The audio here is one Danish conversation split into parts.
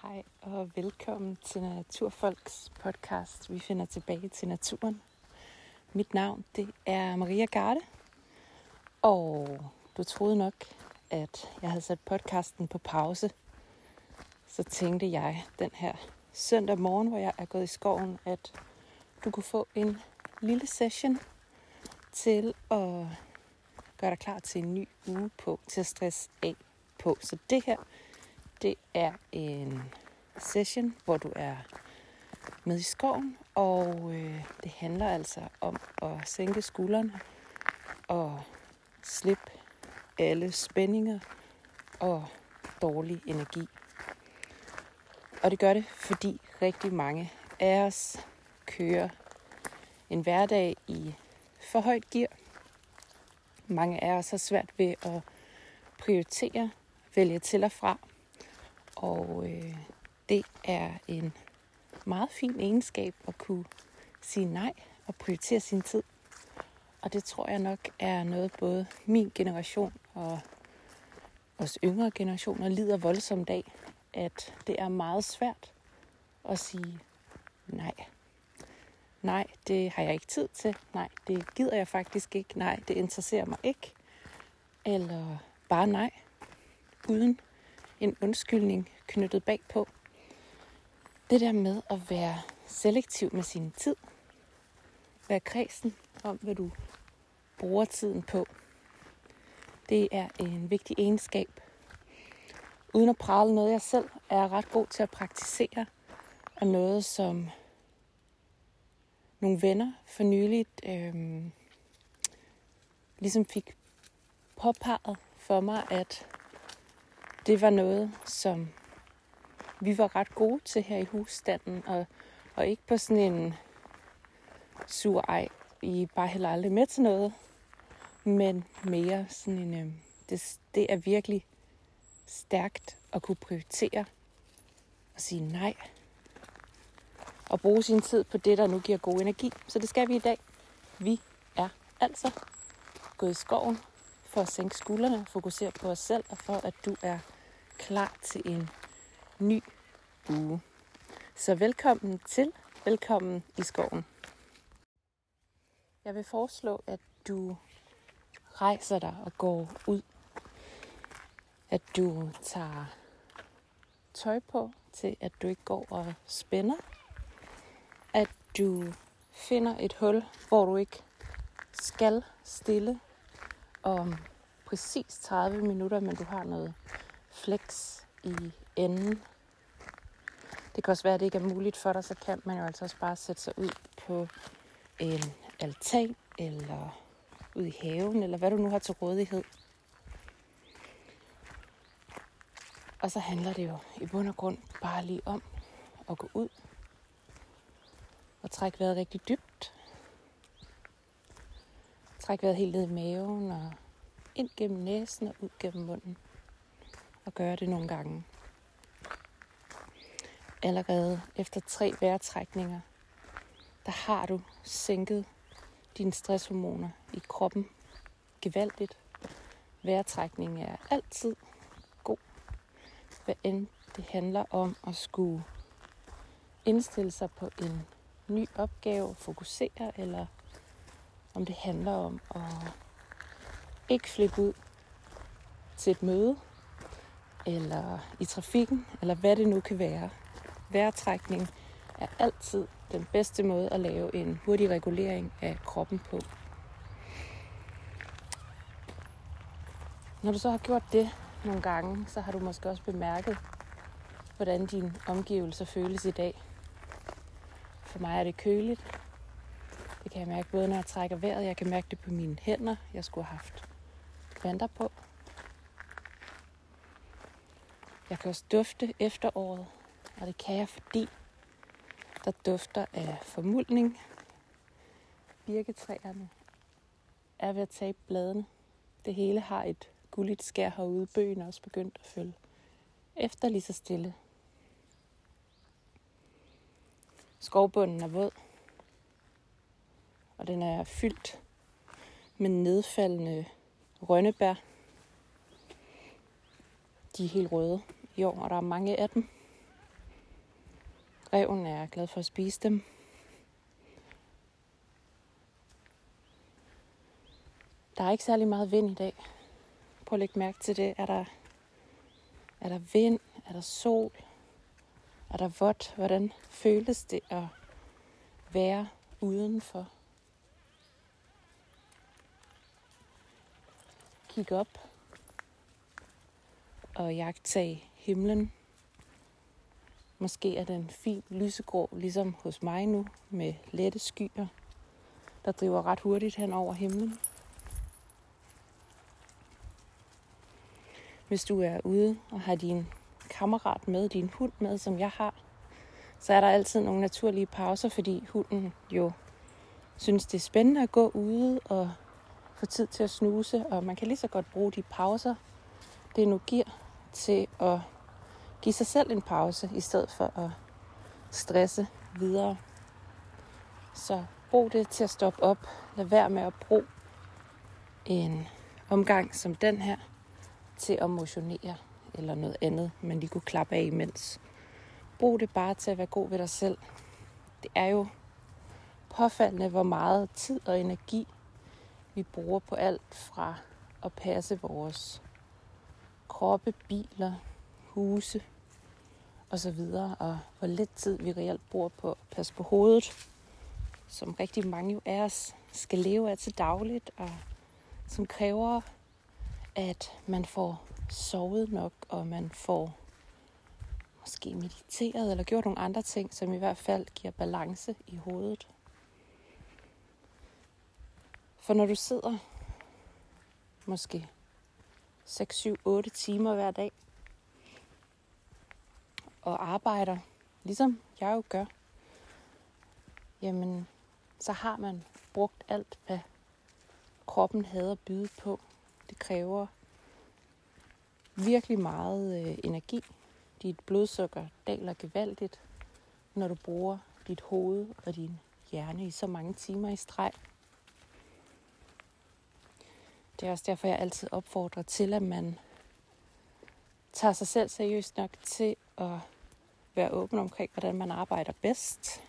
Hej og velkommen til Naturfolks podcast. Vi finder tilbage til naturen. Mit navn det er Maria Garde, og du troede nok, at jeg havde sat podcasten på pause. Så tænkte jeg den her søndag morgen, hvor jeg er gået i skoven, at du kunne få en lille session til at gøre dig klar til en ny uge på, til at stresse af på. Så det her, det er en session, hvor du er med i skoven, og det handler altså om at sænke skuldrene og slippe alle spændinger og dårlig energi. Og det gør det, fordi rigtig mange af os kører en hverdag i for højt gear. Mange af os har svært ved at prioritere, vælge til og fra. Og det er en meget fin egenskab at kunne sige nej og prioritere sin tid. Og det tror jeg nok er noget, både min generation og også yngre generationer lider voldsomt af, at det er meget svært at sige nej. Nej, det har jeg ikke tid til. Nej, det gider jeg faktisk ikke. Nej, det interesserer mig ikke. Eller bare nej, uden en undskyldning knyttet bagpå. Det der med at være selektiv med sin tid. Være kredsen om, hvad du bruger tiden på. Det er en vigtig egenskab. Uden at prale noget, jeg selv er ret god til at praktisere. Og noget, som nogle venner for nyligt ligesom fik påpeget for mig, at det var noget, som vi var ret gode til her i husstanden, og ikke på sådan en sur ej, I bare heller aldrig med til noget, men mere sådan en, det er virkelig stærkt at kunne prioritere og sige nej, og bruge sin tid på det, der nu giver god energi. Så det skal vi i dag. Vi er altså gået i skoven for at sænke skuldrene, fokusere på os selv, og for at du er klar til en ny uge. Så velkommen til, velkommen i skoven. Jeg vil foreslå, at du rejser dig og går ud. At du tager tøj på til, at du ikke går og spænder. At du finder et hul, hvor du ikke skal stille om præcis 30 minutter, men du har noget flex i enden. Det kan også være, at det ikke er muligt for dig, så kan man jo altså også bare sætte sig ud på en altan, eller ud i haven, eller hvad du nu har til rådighed. Og så handler det jo i bund og grund bare lige om at gå ud og trække vejret rigtig dybt. Træk vejret helt ned i maven og ind gennem næsen og ud gennem munden. Og gøre det nogle gange. Allerede efter 3 vejrtrækninger, der har du sænket dine stresshormoner i kroppen gevaldigt. Vejrtrækning er altid god, hvad end det handler om at skulle indstille sig på en ny opgave, fokusere, eller om det handler om at ikke flippe ud til et møde, eller i trafikken, eller hvad det nu kan være. Vejrtrækning er altid den bedste måde at lave en hurtig regulering af kroppen på. Når du så har gjort det nogle gange, så har du måske også bemærket, hvordan dine omgivelser føles i dag. For mig er det køligt. Det kan jeg mærke både, når jeg trækker vejret. Jeg kan mærke det på mine hænder. Jeg skulle have haft vanter på. Jeg kan også dufte efteråret, og det kan jeg, fordi der dufter af formuldning. Birketræerne er ved at tabe bladene. Det hele har et gulligt skær herude. Bøgen er også begyndt at følge efter lige så stille. Skovbunden er våd, og den er fyldt med nedfaldende rønnebær. De er helt røde i år, og der er mange af dem. Ræven er glad for at spise dem. Der er ikke særlig meget vind i dag. Prøv at lægge mærke til det. Er der vind? Er der sol? Er der vådt? Hvordan føles det at være udenfor? Kig op og iagtag himlen. Måske er den fin lysegrå, ligesom hos mig nu, med lette skyer, der driver ret hurtigt hen over himlen. Hvis du er ude og har din kammerat med, din hund med, som jeg har, så er der altid nogle naturlige pauser, fordi hunden jo synes, det er spændende at gå ude og få tid til at snuse, og man kan lige så godt bruge de pauser, det nu giver, til at give sig selv en pause, i stedet for at stresse videre. Så brug det til at stoppe op. Lad være med at bruge en omgang som den her til at motionere eller noget andet, man lige kunne klappe af imens. Brug det bare til at være god ved dig selv. Det er jo påfaldende, hvor meget tid og energi vi bruger på alt fra at passe vores kroppe, biler, huse osv. Og hvor lidt tid vi reelt bruger på at passe på hovedet, som rigtig mange af os skal leve af til dagligt, og som kræver, at man får sovet nok, og man får måske mediteret eller gjort nogle andre ting, som i hvert fald giver balance i hovedet. For når du sidder måske 6, 7, 8 timer hver dag og arbejder, ligesom jeg jo gør, jamen så har man brugt alt, hvad kroppen havde at byde på. Det kræver virkelig meget energi. Dit blodsukker daler gevaldigt, når du bruger dit hoved og din hjerne i så mange timer i streg. Det er også derfor, jeg altid opfordrer til, at man tager sig selv seriøst nok til at være åben omkring, hvordan man arbejder bedst.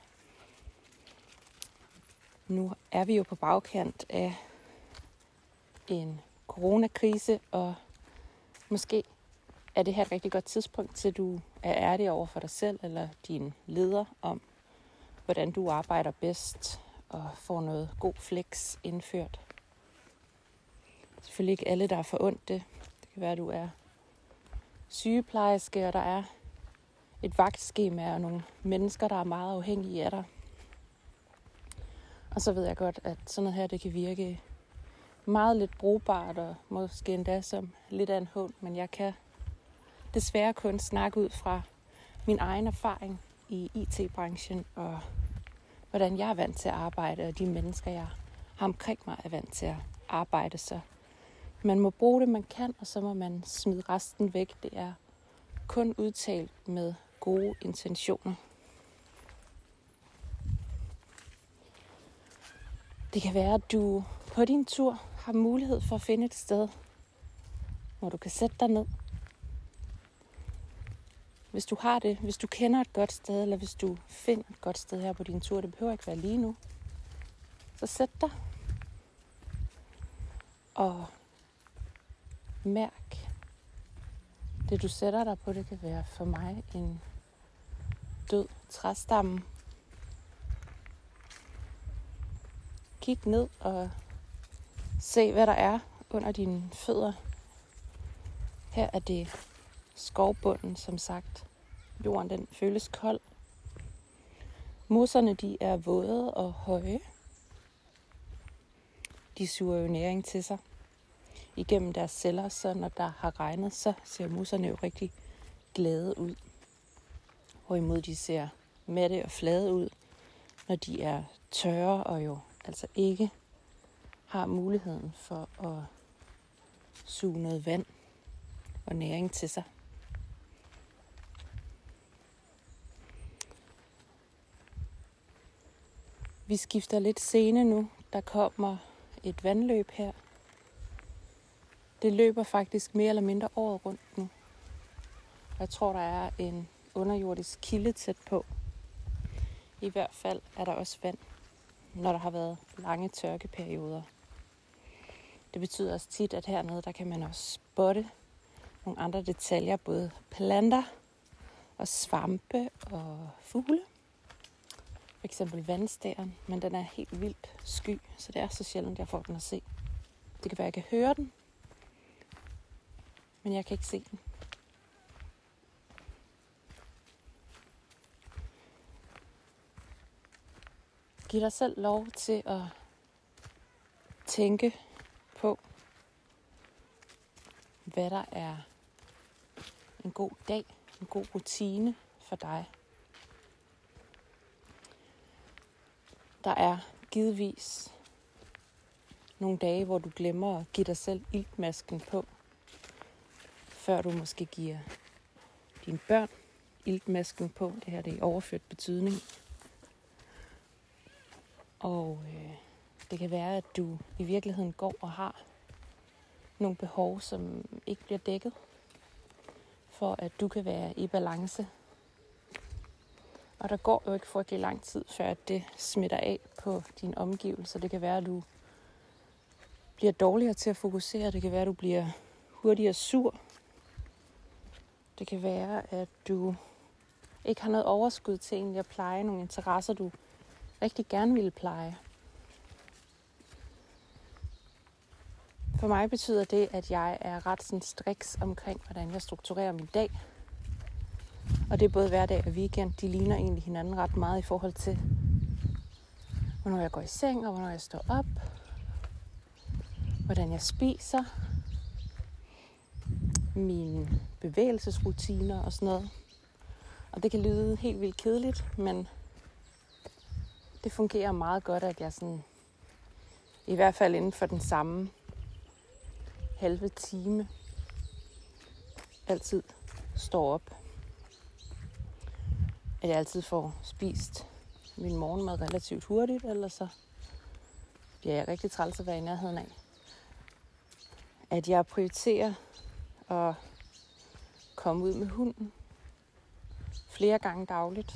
Nu er vi jo på bagkant af en coronakrise, og måske er det her et rigtig godt tidspunkt til, at du er ærlig over for dig selv eller din leder om, hvordan du arbejder bedst og får noget god flex indført. Det er selvfølgelig ikke alle, der er forundt det. Det kan være, at du er sygeplejerske, og der er et vagtskema og nogle mennesker, der er meget afhængige af dig. Og så ved jeg godt, at sådan noget her, det kan virke meget lidt brugbart, og måske endda som lidt af en hån, men jeg kan desværre kun snakke ud fra min egen erfaring i IT-branchen, og hvordan jeg er vant til at arbejde, og de mennesker, jeg har omkring mig, er vant til at arbejde. Så man må bruge det, man kan, og så må man smide resten væk. Det er kun udtalt med gode intentioner. Det kan være, at du på din tur har mulighed for at finde et sted, hvor du kan sætte dig ned. Hvis du har det, hvis du kender et godt sted, eller hvis du finder et godt sted her på din tur, det behøver ikke være lige nu, så sæt dig og mærk det, du sætter dig på. Det kan være for mig en død træstamme. Kig ned og se, hvad der er under dine fødder. Her er det skovbunden, som sagt. Jorden, den føles kold. Mosserne, de er våde og høje. De suger jo næring til sig igennem deres celler, så når der har regnet, så ser mosserne jo rigtig glade ud. Hvorimod de ser matte og flade ud, når de er tørre og jo altså ikke har muligheden for at suge noget vand og næring til sig. Vi skifter lidt scene nu. Der kommer et vandløb her. Det løber faktisk mere eller mindre året rundt nu. Jeg tror, der er en underjordisk kilde tæt på. I hvert fald er der også vand, når der har været lange tørkeperioder. Det betyder også tit, at hernede der kan man også spotte nogle andre detaljer, både planter og svampe og fugle. For eksempel vandstæren, men den er helt vildt sky, så det er så sjældent, jeg får den at se. Det kan være, at jeg kan høre den, men jeg kan ikke se den. Giv dig selv lov til at tænke på, hvad der er en god dag, en god rutine for dig. Der er givetvis nogle dage, hvor du glemmer at give dig selv iltmasken på, før du måske giver dine børn iltmasken på. Det her det er i overført betydning. Og det kan være, at du i virkeligheden går og har nogle behov, som ikke bliver dækket, for at du kan være i balance. Og der går jo ikke frygtelig lang tid, før at det smitter af på dine omgivelser. Det kan være, at du bliver dårligere til at fokusere. Det kan være, at du bliver hurtigere sur. Det kan være, at du ikke har noget overskud til egentlig at pleje nogle interesser, du rigtig gerne ville pleje. For mig betyder det, at jeg er ret sådan striks omkring, hvordan jeg strukturerer min dag. Og det er både hverdag og weekend. De ligner egentlig hinanden ret meget i forhold til, hvornår jeg går i seng, og hvornår jeg står op. Hvordan jeg spiser. Mine bevægelsesrutiner og sådan noget. Og det kan lyde helt vildt kedeligt, men det fungerer meget godt, at jeg sådan, i hvert fald inden for den samme halve time, altid står op. At jeg altid får spist min morgenmad relativt hurtigt, ellers så bliver jeg rigtig træls at være i nærheden af. At jeg prioriterer at komme ud med hunden flere gange dagligt.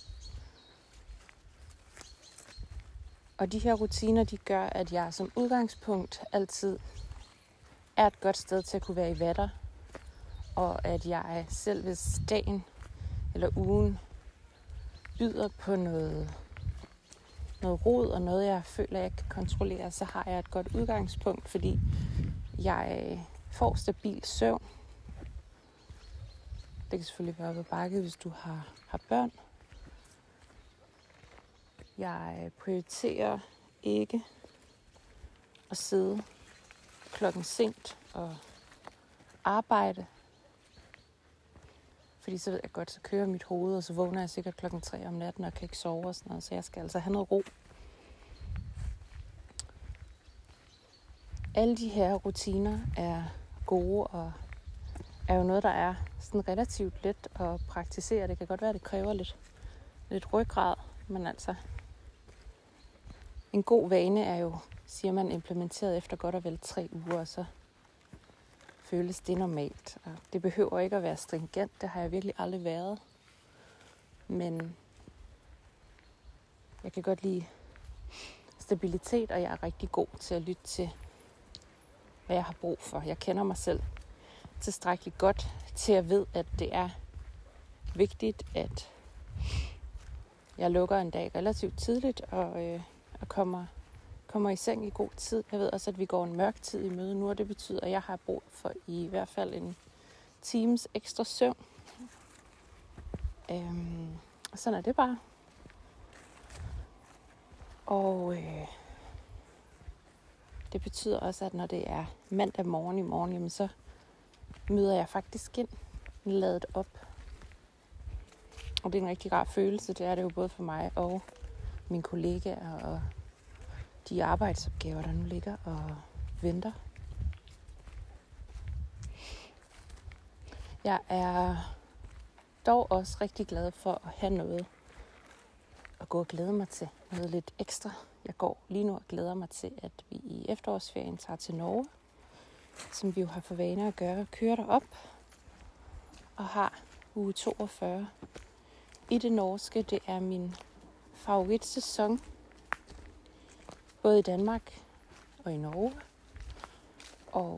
Og de her rutiner, de gør, at jeg som udgangspunkt altid er et godt sted til at kunne være i vatter. Og at jeg selv hvis dagen eller ugen byder på noget rod og noget, jeg føler, jeg kan kontrollere, så har jeg et godt udgangspunkt, fordi jeg får stabil søvn. Det kan selvfølgelig være op ad bakke, hvis du har børn. Jeg prioriterer ikke at sidde klokken sent og arbejde. Fordi så ved jeg godt, så kører mit hoved, og så vågner jeg sikkert klokken 3 om natten og kan ikke sove og sådan noget. Så jeg skal altså have noget ro. Alle de her rutiner er gode og er jo noget, der er sådan relativt let at praktisere. Det kan godt være, at det kræver lidt ryggrad, men altså en god vane er jo, siger man, implementeret efter godt og vel 3 uger, og så føles det normalt. Og det behøver ikke at være stringent, det har jeg virkelig aldrig været. Men jeg kan godt lide stabilitet, og jeg er rigtig god til at lytte til, hvad jeg har brug for. Jeg kender mig selv tilstrækkeligt godt til at vide, at det er vigtigt, at jeg lukker en dag relativt tidligt og kommer i seng i god tid. Jeg ved også, at vi går en mørk tid i møde nu, og det betyder, at jeg har brug for i hvert fald en times ekstra søvn. Og sådan er det bare. Og det betyder også, at når det er mandag morgen i morgen, jamen så møder jeg faktisk ind ladet op. Og det er en rigtig rar følelse. Det er det jo både for mig og mine kollegaer og de arbejdsopgaver, der nu ligger og venter. Jeg er dog også rigtig glad for at have noget at gå og glæde mig til. Noget lidt ekstra. Jeg går lige nu og glæder mig til, at vi i efterårsferien tager til Norge, som vi jo har for vane at gøre, kører derop og har uge 42 i det norske. Det er min favoritsæson, både i Danmark og i Norge. Og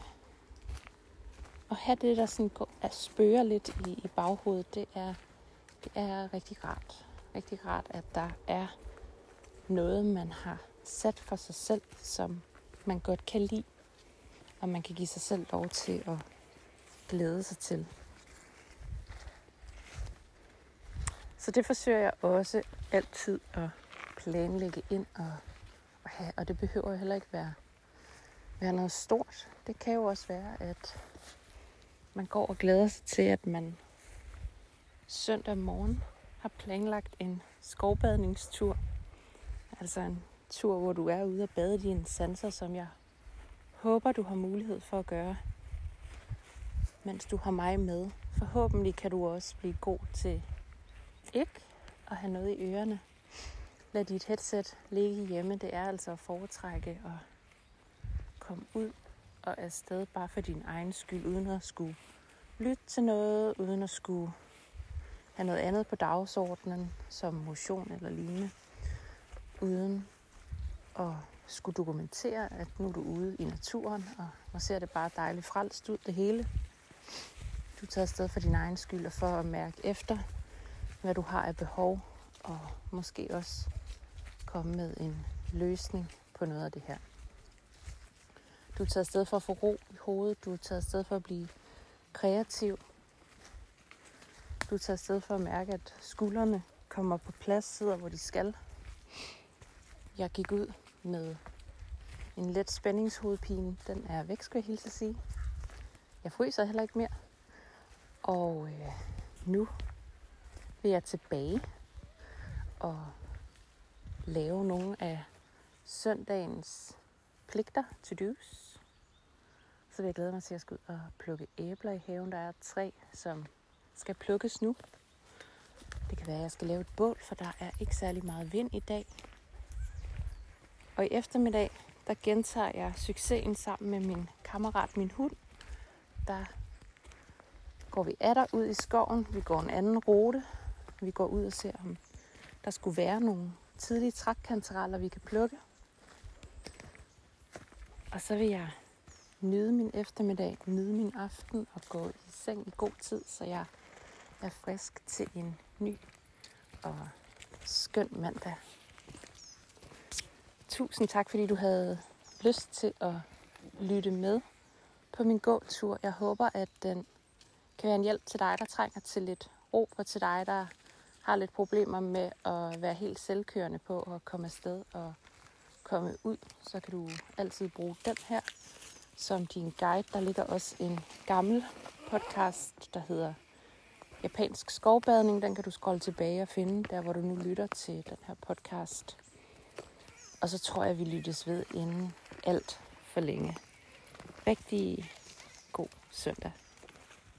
have det, der sådan går at spørge lidt i baghovedet, det er rigtig rart. Rigtig rart, at der er noget, man har sat for sig selv, som man godt kan lide. Og man kan give sig selv lov til at glæde sig til. Så det forsøger jeg også altid at planlægge ind og have. Og det behøver jo heller ikke være noget stort. Det kan jo også være, at man går og glæder sig til, at man søndag morgen har planlagt en skovbadningstur. Altså en tur, hvor du er ude og bade dine sanser, som jeg håber, du har mulighed for at gøre, mens du har mig med. Forhåbentlig kan du også blive god til ikke at have noget i ørerne. Lad dit headset ligge hjemme. Det er altså at foretrække at komme ud og afsted bare for din egen skyld, uden at skulle lytte til noget, uden at skulle have noget andet på dagsordenen, som motion eller lignende, uden at skulle dokumentere, at nu er du ude i naturen, og hvor ser det bare dejligt frelst ud, det hele. Du tager afsted for din egen skyld, og for at mærke efter, hvad du har af behov, og måske også komme med en løsning på noget af det her. Du tager afsted for at få ro i hovedet, du tager afsted for at blive kreativ. Du tager afsted for at mærke, at skuldrene kommer på plads, sidder hvor de skal. Jeg gik ud med en let spændingshovedpine. Den er væk, skal jeg hilse at sige. Jeg fryser heller ikke mere. Og nu vil jeg tilbage og lave nogle af søndagens pligter, to-dos. Så vil jeg glæde mig til at skulle ud og plukke æbler i haven. Der er 3, som skal plukkes nu. Det kan være, at jeg skal lave et bål, for der er ikke særlig meget vind i dag. Og i eftermiddag, der gentager jeg succesen sammen med min kammerat, min hund. Der går vi atter ud i skoven. Vi går en anden rute. Vi går ud og ser, om der skulle være nogle tidlige trækkantareller, vi kan plukke. Og så vil jeg nyde min eftermiddag, nyde min aften og gå i seng i god tid, så jeg er frisk til en ny og skøn mandag. Tusind tak, fordi du havde lyst til at lytte med på min gåtur. Jeg håber, at den kan være en hjælp til dig, der trænger til lidt ro, og til dig, der har lidt problemer med at være helt selvkørende på at komme afsted og komme ud. Så kan du altid bruge den her som din guide. Der ligger også en gammel podcast, der hedder Japansk skovbadning. Den kan du scrolle tilbage og finde, der hvor du nu lytter til den her podcast. Og så tror jeg, vi lyttes ved inden alt for længe. Rigtig god søndag.